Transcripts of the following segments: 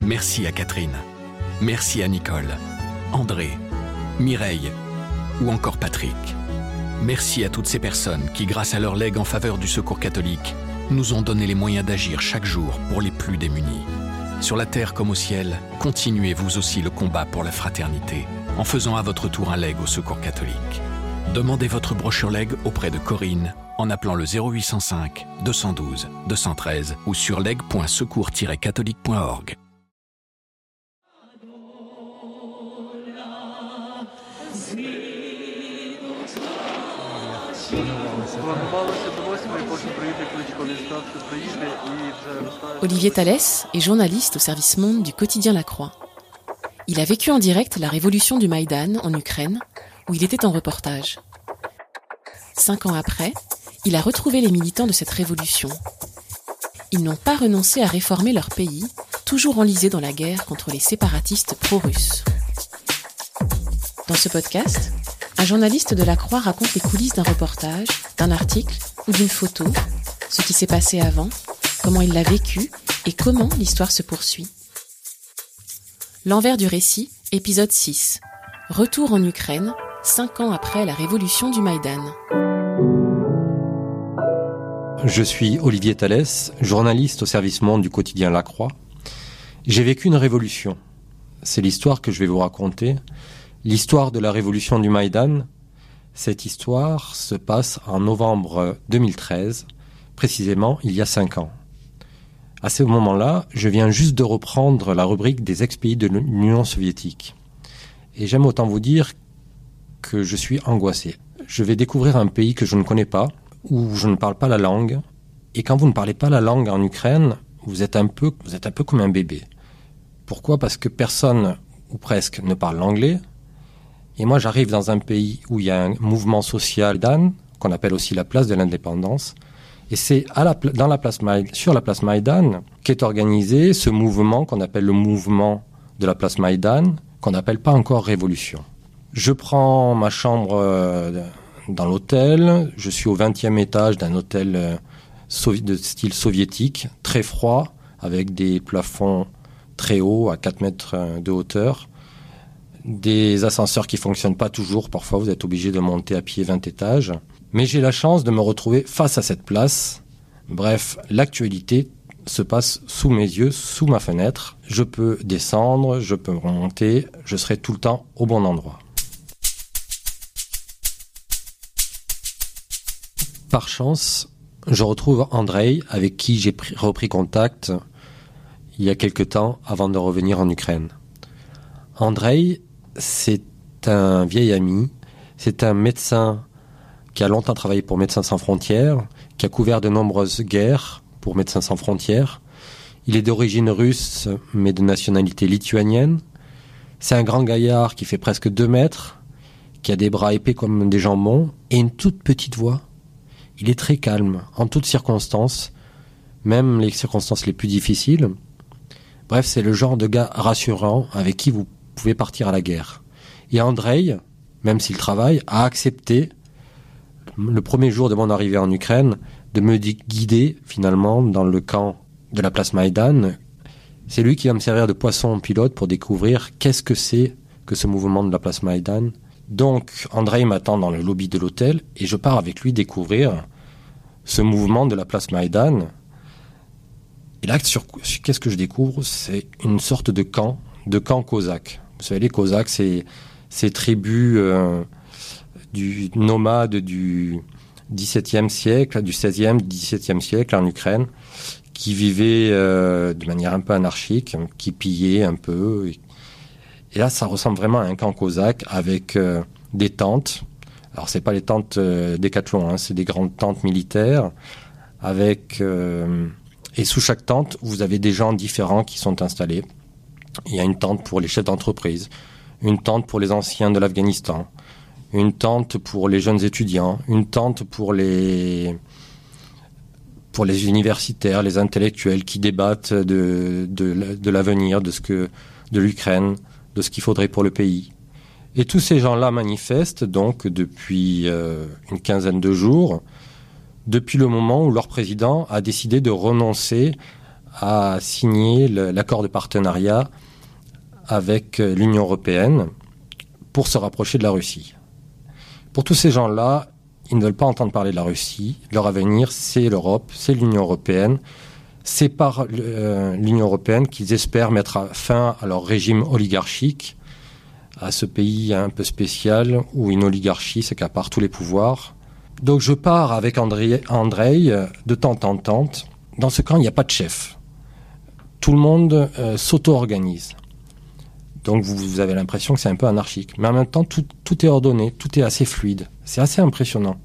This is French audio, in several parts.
Merci à Catherine. Merci à Nicole, André, Mireille ou encore Patrick. Merci à toutes ces personnes qui, grâce à leur legs en faveur du Secours catholique, nous ont donné les moyens d'agir chaque jour pour les plus démunis. Sur la terre comme au ciel, continuez vous aussi le combat pour la fraternité en faisant à votre tour un leg au Secours catholique. Demandez votre brochure leg auprès de Corinne en appelant le 0805 212 213 ou sur leg.secours-catholique.org. Olivier Thalès est journaliste au service Monde du quotidien La Croix. Il a vécu en direct la révolution du Maïdan en Ukraine, où il était en reportage. 5 ans après, il a retrouvé les militants de cette révolution. Ils n'ont pas renoncé à réformer leur pays, toujours enlisé dans la guerre contre les séparatistes pro-russes. Dans ce podcast, un journaliste de La Croix raconte les coulisses d'un reportage, d'un article ou d'une photo, ce qui s'est passé avant, comment il l'a vécu et comment l'histoire se poursuit. L'envers du récit, épisode 6. Retour en Ukraine, 5 ans après la révolution du Maïdan. Je suis Olivier Thalès, journaliste au service Monde du quotidien La Croix. J'ai vécu une révolution. C'est l'histoire que je vais vous raconter. L'histoire de la révolution du Maïdan. Cette histoire se passe en novembre 2013, précisément il y a 5 ans. À ce moment-là, je viens juste de reprendre la rubrique des ex-pays de l'Union soviétique. Et j'aime autant vous dire que je suis angoissé. Je vais découvrir un pays que je ne connais pas, où je ne parle pas la langue. Et quand vous ne parlez pas la langue en Ukraine, vous êtes un peu comme un bébé. Pourquoi ? Parce que personne, ou presque, ne parle l'anglais. Et moi, j'arrive dans un pays où il y a un mouvement social qu'on appelle aussi la place de l'indépendance. Et c'est sur la place Maïdan qu'est organisé ce mouvement qu'on appelle le mouvement de la place Maïdan, qu'on n'appelle pas encore révolution. Je prends ma chambre dans l'hôtel. Je suis au 20e étage d'un hôtel de style soviétique, très froid, avec des plafonds très hauts, à 4 mètres de hauteur. Des ascenseurs qui fonctionnent pas toujours. Parfois, vous êtes obligé de monter à pied 20 étages. Mais j'ai la chance de me retrouver face à cette place. Bref, l'actualité se passe sous mes yeux, sous ma fenêtre. Je peux descendre, je peux remonter. Je serai tout le temps au bon endroit. Par chance, je retrouve Andrei, avec qui j'ai repris contact il y a quelque temps avant de revenir en Ukraine. Andrei, c'est un vieil ami, c'est un médecin qui a longtemps travaillé pour Médecins sans frontières, qui a couvert de nombreuses guerres pour Médecins sans frontières. Il est d'origine russe, mais de nationalité lituanienne. C'est un grand gaillard qui fait presque 2 mètres, qui a des bras épais comme des jambons, et une toute petite voix. Il est très calme, en toutes circonstances, même les circonstances les plus difficiles. Bref, c'est le genre de gars rassurant avec qui vous pouvez partir à la guerre. Et Andrei, même s'il travaille, a accepté, le premier jour de mon arrivée en Ukraine, de me guider finalement dans le camp de la place Maïdan. C'est lui qui va me servir de poisson pilote pour découvrir qu'est-ce que c'est que ce mouvement de la place Maïdan. Donc Andrei m'attend dans le lobby de l'hôtel et je pars avec lui découvrir ce mouvement de la place Maïdan. Et là, qu'est-ce que je découvre ? C'est une sorte de camp cosaque. Vous savez, les Cosaques, c'est ces tribus nomades du XVIIe siècle, du XVIe, XVIIe siècle en Ukraine, qui vivaient de manière un peu anarchique, qui pillaient un peu. Et là, ça ressemble vraiment à un camp cosaque avec des tentes. Alors, c'est pas les tentes Décathlon, c'est des grandes tentes militaires avec... et sous chaque tente, vous avez des gens différents qui sont installés. Il y a une tente pour les chefs d'entreprise, une tente pour les anciens de l'Afghanistan, une tente pour les jeunes étudiants, une tente pour les universitaires, les intellectuels qui débattent de l'avenir, de l'Ukraine, de ce qu'il faudrait pour le pays. Et tous ces gens-là manifestent donc depuis une quinzaine de jours, depuis le moment où leur président a décidé de renoncer a signé l'accord de partenariat avec l'Union européenne pour se rapprocher de la Russie. Pour tous ces gens-là, ils ne veulent pas entendre parler de la Russie. Leur avenir, c'est l'Europe, c'est l'Union européenne. C'est par l'Union européenne qu'ils espèrent mettre fin à leur régime oligarchique, à ce pays un peu spécial où une oligarchie s'accapare tous les pouvoirs. Donc je pars avec Andrei de tente en tente. Dans ce camp, il n'y a pas de chef. Tout le monde s'auto-organise. Donc vous avez l'impression que c'est un peu anarchique. Mais en même temps, tout est ordonné, tout est assez fluide. C'est assez impressionnant.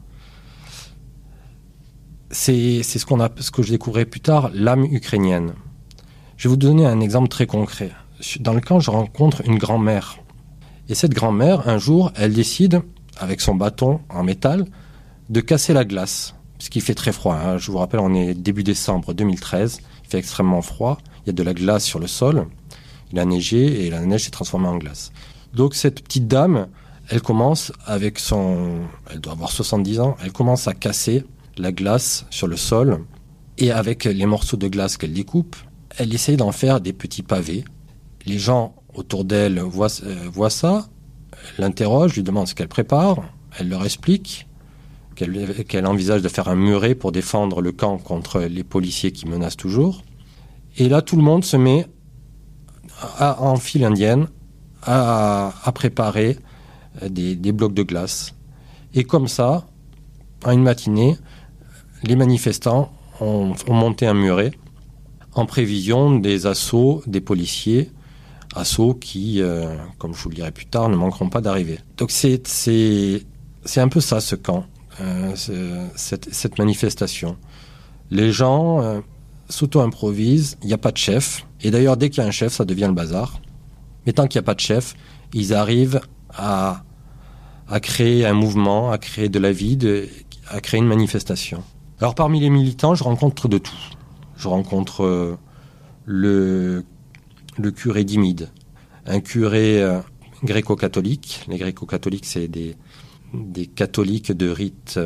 C'est ce que je découvrirai plus tard, l'âme ukrainienne. Je vais vous donner un exemple très concret. Dans le camp, je rencontre une grand-mère. Et cette grand-mère, un jour, elle décide, avec son bâton en métal, de casser la glace. Puisqu'il fait très froid. Hein. Je vous rappelle, on est début décembre 2013. Il fait extrêmement froid. Il y a de la glace sur le sol. Il a neigé et la neige s'est transformée en glace. Donc cette petite dame, elle commence avec elle doit avoir 70 ans, elle commence à casser la glace sur le sol et avec les morceaux de glace qu'elle découpe, elle essaye d'en faire des petits pavés. Les gens autour d'elle voient ça, l'interrogent, lui demandent ce qu'elle prépare, elle leur explique qu'elle envisage de faire un muret pour défendre le camp contre les policiers qui menacent toujours. Et là, tout le monde se met en file indienne à préparer des blocs de glace. Et comme ça, en une matinée, les manifestants ont monté un muret en prévision des assauts des policiers, assauts qui, comme je vous le dirai plus tard, ne manqueront pas d'arriver. Donc c'est un peu ça, ce camp, cette manifestation. Les gens s'auto-improvisent, il n'y a pas de chef. Et d'ailleurs, dès qu'il y a un chef, ça devient le bazar. Mais tant qu'il n'y a pas de chef, ils arrivent à créer un mouvement, à créer de la vie, à créer une manifestation. Alors parmi les militants, je rencontre de tout. Je rencontre le curé d'Imide, un curé gréco-catholique. Les gréco-catholiques, c'est des catholiques de rite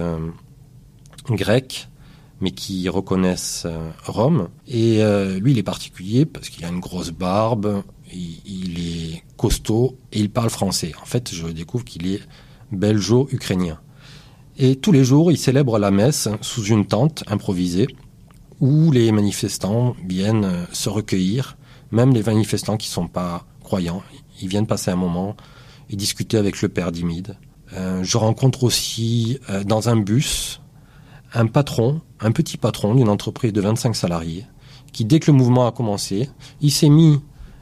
grec, mais qui reconnaissent Rome. Et lui, il est particulier parce qu'il a une grosse barbe, il est costaud et il parle français. En fait, je découvre qu'il est belgeo-ukrainien. Et tous les jours, il célèbre la messe sous une tente improvisée où les manifestants viennent se recueillir, même les manifestants qui ne sont pas croyants. Ils viennent passer un moment et discuter avec le père d'Imide. Je rencontre aussi dans un bus un petit patron d'une entreprise de 25 salariés qui, dès que le mouvement a commencé, il s'est mis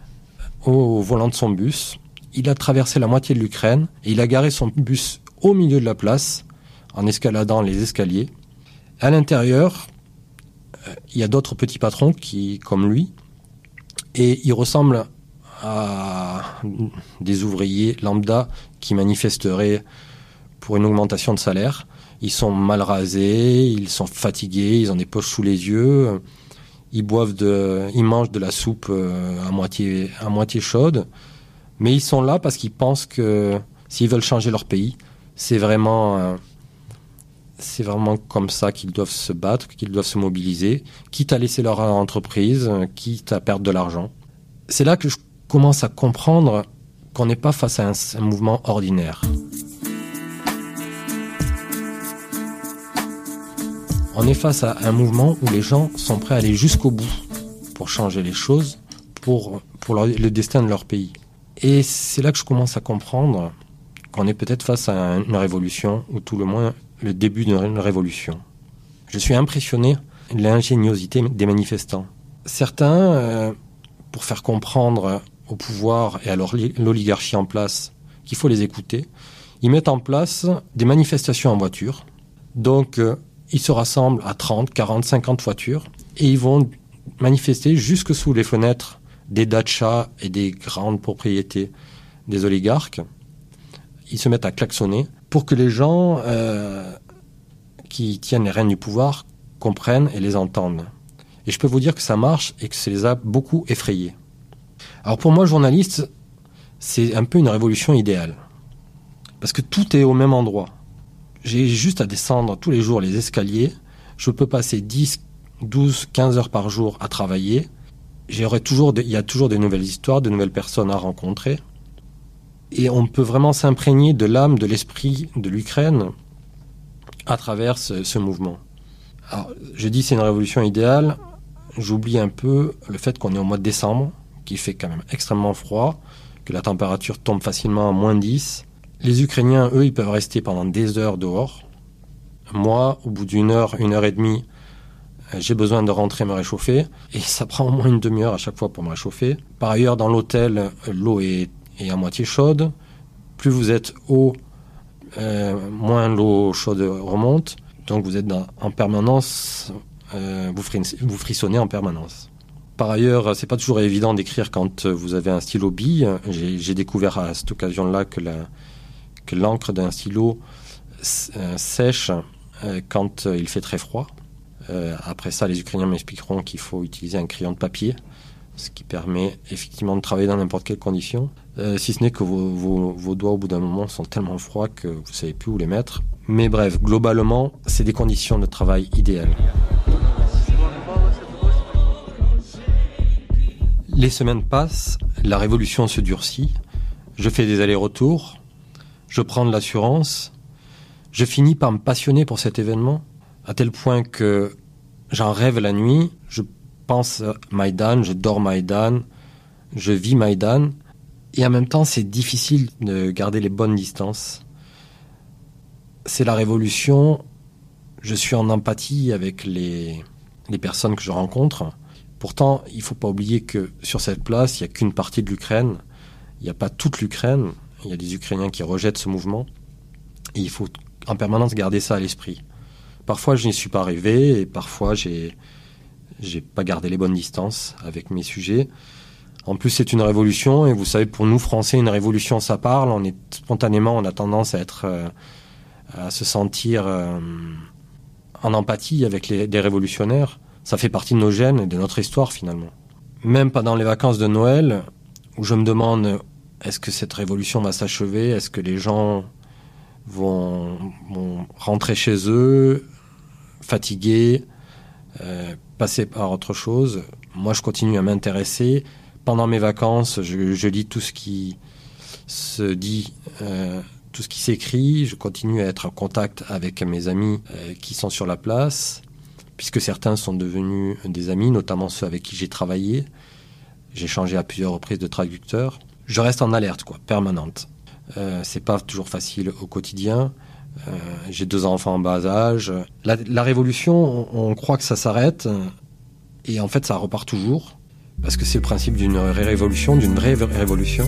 au volant de son bus, il a traversé la moitié de l'Ukraine et il a garé son bus au milieu de la place en escaladant les escaliers. À l'intérieur, il y a d'autres petits patrons comme lui, et il ressemble à des ouvriers lambda qui manifesteraient pour une augmentation de salaire. Ils sont mal rasés, ils sont fatigués, ils ont des poches sous les yeux, ils mangent de la soupe à moitié chaude, mais ils sont là parce qu'ils pensent que s'ils veulent changer leur pays, c'est vraiment comme ça qu'ils doivent se battre, qu'ils doivent se mobiliser, quitte à laisser leur entreprise, quitte à perdre de l'argent. C'est là que je commence à comprendre qu'on n'est pas face à un mouvement ordinaire. On est face à un mouvement où les gens sont prêts à aller jusqu'au bout pour changer les choses, pour le destin de leur pays. Et c'est là que je commence à comprendre qu'on est peut-être face à une révolution, ou tout le moins le début d'une révolution. Je suis impressionné de l'ingéniosité des manifestants. Certains, pour faire comprendre au pouvoir et à l'oligarchie en place qu'il faut les écouter, ils mettent en place des manifestations en voiture. Donc, ils se rassemblent à 30, 40, 50 voitures et ils vont manifester jusque sous les fenêtres des dachas et des grandes propriétés des oligarques. Ils se mettent à klaxonner pour que les gens qui tiennent les rênes du pouvoir comprennent et les entendent. Et je peux vous dire que ça marche et que ça les a beaucoup effrayés. Alors pour moi, journaliste, c'est un peu une révolution idéale. Parce que tout est au même endroit. J'ai juste à descendre tous les jours les escaliers. Je peux passer 10, 12-15 heures par jour à travailler. Il y a toujours de nouvelles histoires, de nouvelles personnes à rencontrer. Et on peut vraiment s'imprégner de l'âme, de l'esprit de l'Ukraine à travers ce mouvement. Alors, je dis c'est une révolution idéale, j'oublie un peu le fait qu'on est au mois de décembre, qu'il fait quand même extrêmement froid, que la température tombe facilement à moins 10. Les Ukrainiens, eux, ils peuvent rester pendant des heures dehors. Moi, au bout d'une heure, 1h30, j'ai besoin de rentrer me réchauffer, et ça prend au moins une demi-heure à chaque fois pour me réchauffer. Par ailleurs, dans l'hôtel, l'eau est à moitié chaude. Plus vous êtes haut, moins l'eau chaude remonte. Donc vous êtes en permanence, vous frissonnez en permanence. Par ailleurs, c'est pas toujours évident d'écrire quand vous avez un stylo bille. J'ai découvert à cette occasion-là que l'encre d'un stylo sèche quand il fait très froid. Après ça, les Ukrainiens m'expliqueront qu'il faut utiliser un crayon de papier, ce qui permet effectivement de travailler dans n'importe quelle condition. Si ce n'est que vos doigts, au bout d'un moment, sont tellement froids que vous ne savez plus où les mettre. Mais bref, globalement, c'est des conditions de travail idéales. Les semaines passent, la révolution se durcit, je fais des allers-retours, je prends de l'assurance, je finis par me passionner pour cet événement, à tel point que j'en rêve la nuit, je pense Maïdan, je dors Maïdan, je vis Maïdan, et en même temps c'est difficile de garder les bonnes distances. C'est la révolution, je suis en empathie avec les personnes que je rencontre. Pourtant, il ne faut pas oublier que sur cette place, il n'y a qu'une partie de l'Ukraine, il n'y a pas toute l'Ukraine, il y a des Ukrainiens qui rejettent ce mouvement, et il faut en permanence garder ça à l'esprit. Parfois, je n'y suis pas arrivé, et parfois, j'ai pas gardé les bonnes distances avec mes sujets. En plus, c'est une révolution, et vous savez, pour nous, Français, une révolution, ça parle. On a tendance à se sentir en empathie avec des révolutionnaires. Ça fait partie de nos gènes et de notre histoire, finalement. Même pendant les vacances de Noël, où je me demande, est-ce que cette révolution va s'achever? Est-ce que les gens vont rentrer chez eux, fatigués, passer par autre chose? Moi, je continue à m'intéresser. Pendant mes vacances, je lis tout ce qui se dit, tout ce qui s'écrit. Je continue à être en contact avec mes amis qui sont sur la place, puisque certains sont devenus des amis, notamment ceux avec qui j'ai travaillé. J'ai changé à plusieurs reprises de traducteur. Je reste en alerte, permanente. C'est pas toujours facile au quotidien. J'ai 2 enfants en bas âge. La révolution, on croit que ça s'arrête, et en fait, ça repart toujours, parce que c'est le principe d'une révolution, d'une vraie révolution.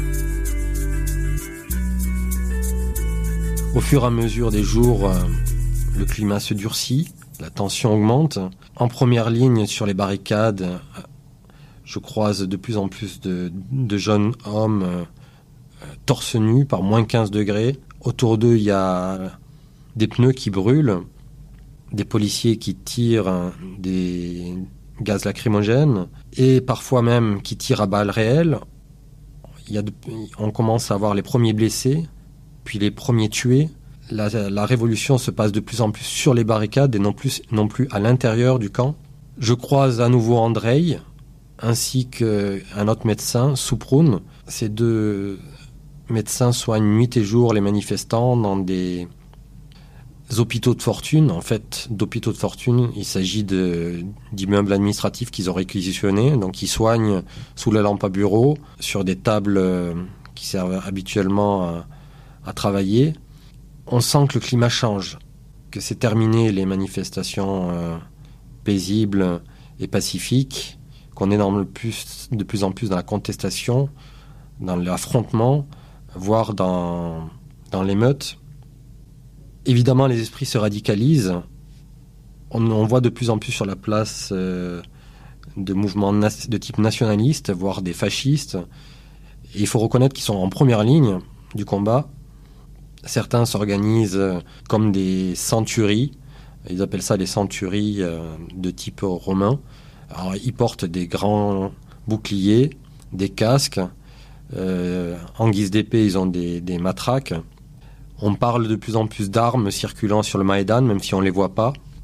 Au fur et à mesure des jours, le climat se durcit, la tension augmente. En première ligne sur les barricades, je croise de plus en plus de jeunes hommes torse nu par moins 15 degrés. Autour d'eux, il y a des pneus qui brûlent, des policiers qui tirent des gaz lacrymogènes et parfois même qui tirent à balles réelles. On commence à voir les premiers blessés, puis les premiers tués. La révolution se passe de plus en plus sur les barricades et non plus à l'intérieur du camp. Je croise à nouveau Andrei, ainsi qu'un autre médecin, Souproun. Ces 2 médecins soignent nuit et jour les manifestants dans des hôpitaux de fortune. En fait, d'hôpitaux de fortune, il s'agit d'immeubles administratifs qu'ils ont réquisitionnés. Donc, ils soignent sous la lampe à bureau, sur des tables qui servent habituellement à travailler. On sent que le climat change, que c'est terminé les manifestations paisibles et pacifiques, qu'on est de plus en plus dans la contestation, dans l'affrontement, voire dans l'émeute. Évidemment, les esprits se radicalisent. On voit de plus en plus sur la place de mouvements de type nationaliste, voire des fascistes. Et il faut reconnaître qu'ils sont en première ligne du combat. Certains s'organisent comme des centuries. Ils appellent ça les centuries de type romain. Alors, ils portent des grands boucliers, des casques. En guise d'épée, ils ont des matraques. On parle de plus en plus d'armes circulant sur le Maïdan, même si on ne les voit pas.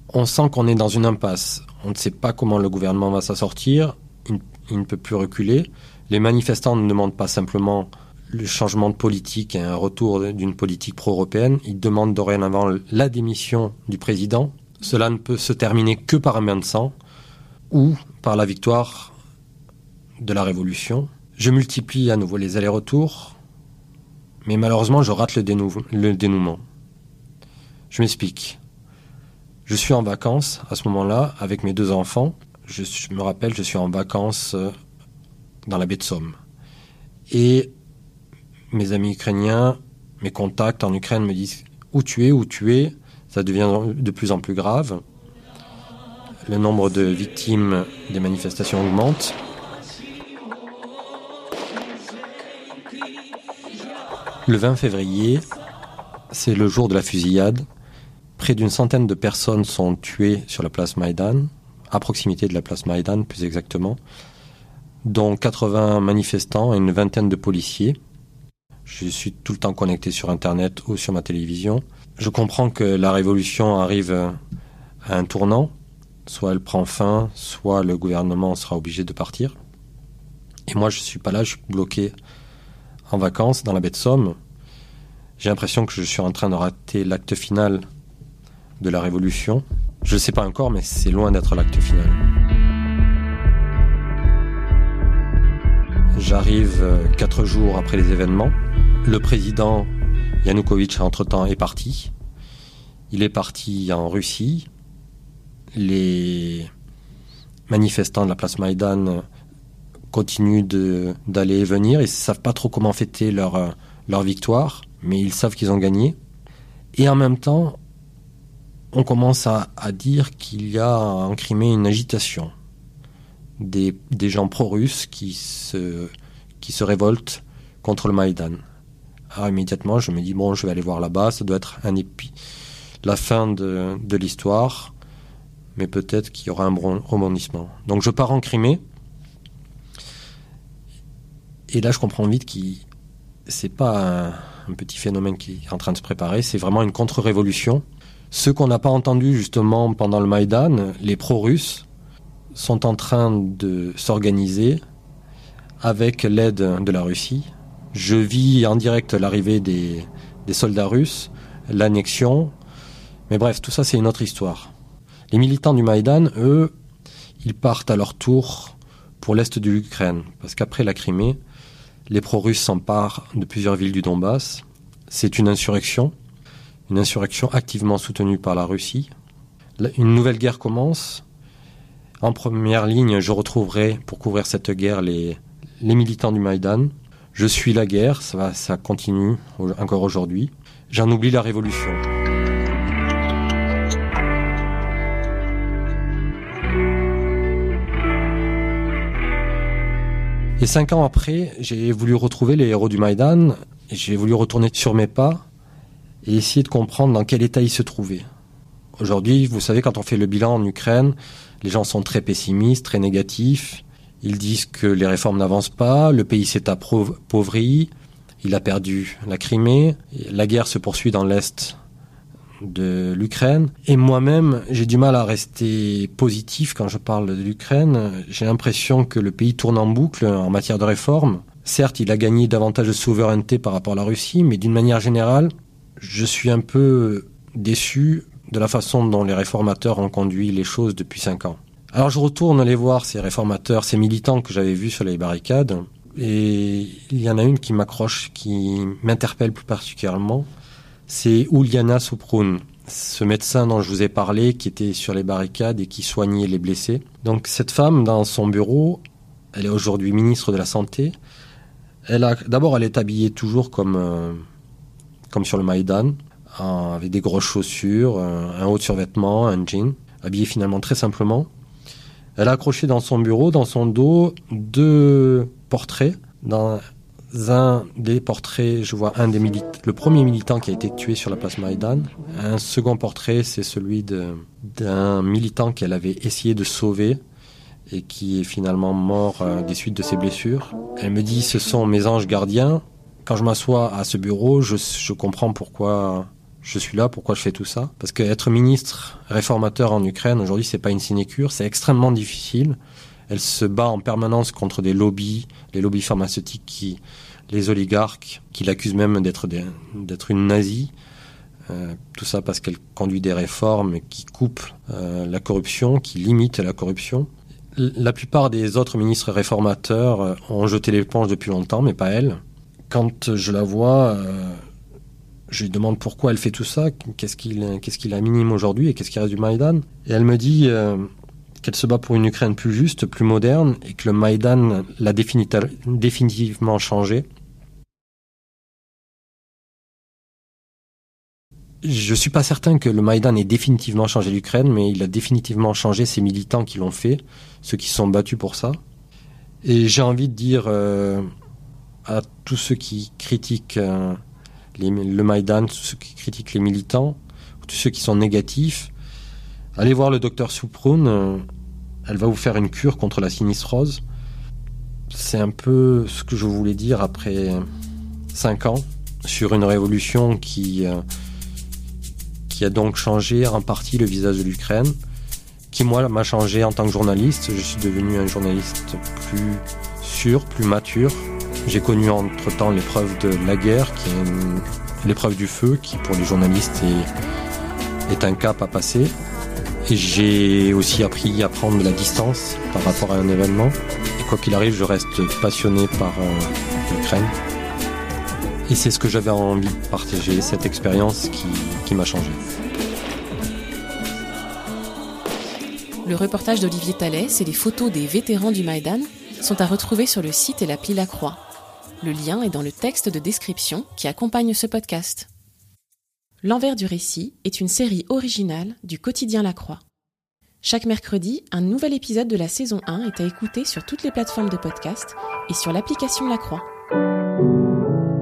On sent qu'on est dans une impasse. On ne sait pas comment le gouvernement va s'en sortir. Il ne peut plus reculer. Les manifestants ne demandent pas simplement le changement de politique et un retour d'une politique pro-européenne. Ils demandent dorénavant la démission du président. Cela ne peut se terminer que par un bain de sang ou par la victoire de la révolution. Je multiplie à nouveau les allers-retours, mais malheureusement, je rate le dénouement. Je m'explique. Je suis en vacances à ce moment-là avec mes 2 enfants. Je me rappelle, je suis en vacances dans la baie de Somme. Et mes amis ukrainiens, mes contacts en Ukraine me disent où tu es, ça devient de plus en plus grave. Le nombre de victimes des manifestations augmente. Le 20 février, c'est le jour de la fusillade. Près d'une centaine de personnes sont tuées sur la place Maïdan, à proximité de la place Maïdan plus exactement, dont 80 manifestants et une vingtaine de policiers. Je suis tout le temps connecté sur Internet ou sur ma télévision. Je comprends que la révolution arrive à un tournant. Soit elle prend fin, soit le gouvernement sera obligé de partir. Et moi, je ne suis pas là, je suis bloqué en vacances dans la baie de Somme. J'ai l'impression que je suis en train de rater l'acte final de la révolution. Je ne sais pas encore, mais c'est loin d'être l'acte final. J'arrive 4 jours après les événements. Le président Yanukovych, entre-temps, est parti. Il est parti en Russie. Les manifestants de la place Maïdan continuent d'aller et venir. Ils ne savent pas trop comment fêter leur victoire, mais ils savent qu'ils ont gagné. Et en même temps, on commence à dire qu'il y a en Crimée une agitation. Des gens pro-russes qui se révoltent contre le Maïdan. Alors immédiatement, je me dis, bon, je vais aller voir là-bas, ça doit être la fin de l'histoire, mais peut-être qu'il y aura un rebondissement. Donc je pars en Crimée, et là je comprends vite que c'est pas un petit phénomène qui est en train de se préparer, c'est vraiment une contre-révolution. Ceux qu'on n'a pas entendus justement pendant le Maïdan, les pro-russes, sont en train de s'organiser avec l'aide de la Russie. Je vis en direct l'arrivée des soldats russes, l'annexion, mais bref, tout ça c'est une autre histoire. Les militants du Maïdan, eux, ils partent à leur tour pour l'est de l'Ukraine, parce qu'après la Crimée, les pro-russes s'emparent de plusieurs villes du Donbass. C'est une insurrection activement soutenue par la Russie. Une nouvelle guerre commence. En première ligne, je retrouverai, pour couvrir cette guerre, les militants du Maïdan. Je suis la guerre, ça continue encore aujourd'hui. J'en oublie la révolution. Et 5 ans après, j'ai voulu retrouver les héros du Maïdan, et j'ai voulu retourner sur mes pas et essayer de comprendre dans quel état ils se trouvaient. Aujourd'hui, vous savez, quand on fait le bilan en Ukraine, les gens sont très pessimistes, très négatifs. Ils disent que les réformes n'avancent pas, le pays s'est appauvri, il a perdu la Crimée, la guerre se poursuit dans l'est de l'Ukraine. Et moi-même, j'ai du mal à rester positif quand je parle de l'Ukraine. J'ai l'impression que le pays tourne en boucle en matière de réformes. Certes, il a gagné davantage de souveraineté par rapport à la Russie, mais d'une manière générale, je suis un peu déçu de la façon dont les réformateurs ont conduit les choses depuis 5 ans. Alors je retourne les voir, ces réformateurs, ces militants que j'avais vus sur les barricades, et il y en a une qui m'accroche, qui m'interpelle plus particulièrement, c'est Uliana Suprun, ce médecin dont je vous ai parlé, qui était sur les barricades et qui soignait les blessés. Donc cette femme, dans son bureau, elle est aujourd'hui ministre de la Santé. D'abord, elle est habillée toujours comme sur le Maïdan, avec des grosses chaussures, un haut de survêtement, un jean, habillée finalement très simplement. Elle a accroché dans son bureau, dans son dos, 2 portraits. Dans un des portraits, je vois le premier militant qui a été tué sur la place Maïdan. Un second portrait, c'est celui d'un militant qu'elle avait essayé de sauver et qui est finalement mort des suites de ses blessures. Elle me dit, ce sont mes anges gardiens. Quand je m'assois à ce bureau, je comprends pourquoi je suis là, pourquoi je fais tout ça. Parce qu'être ministre réformateur en Ukraine, aujourd'hui, c'est pas une sinécure, c'est extrêmement difficile. Elle se bat en permanence contre des lobbies, les lobbies pharmaceutiques, les oligarques, qui l'accusent même d'être une nazie. Tout ça parce qu'elle conduit des réformes qui coupent la corruption, qui limitent la corruption. La plupart des autres ministres réformateurs ont jeté l'éponge depuis longtemps, mais pas elle. Quand je la vois, je lui demande pourquoi elle fait tout ça, qu'est-ce qui la minime aujourd'hui et qu'est-ce qui reste du Maïdan. Et elle me dit qu'elle se bat pour une Ukraine plus juste, plus moderne, et que le Maïdan l'a définitivement changé. Je suis pas certain que le Maïdan ait définitivement changé l'Ukraine, mais il a définitivement changé ses militants qui l'ont fait, ceux qui se sont battus pour ça. Et j'ai envie de dire à tous ceux qui critiquent le Maïdan, tous ceux qui critiquent les militants, tous ceux qui sont négatifs, allez voir le docteur Souproun, elle va vous faire une cure contre la sinistrose. C'est un peu ce que je voulais dire après 5 ans sur une révolution qui a donc changé en partie le visage de l'Ukraine, qui moi m'a changé en tant que journaliste. Je suis devenu un journaliste plus sûr, plus mature. J'ai connu entre-temps l'épreuve de la guerre, qui est l'épreuve du feu, qui pour les journalistes est un cap à passer. Et j'ai aussi appris à prendre de la distance par rapport à un événement. Et quoi qu'il arrive, je reste passionné par l'Ukraine. Et c'est ce que j'avais envie de partager, cette expérience qui m'a changé. Le reportage d'Olivier Tallès et les photos des vétérans du Maïdan sont à retrouver sur le site et l'appli La Croix. Le lien est dans le texte de description qui accompagne ce podcast. L'envers du récit est une série originale du quotidien La Croix. Chaque mercredi, un nouvel épisode de la saison 1 est à écouter sur toutes les plateformes de podcast et sur l'application La Croix.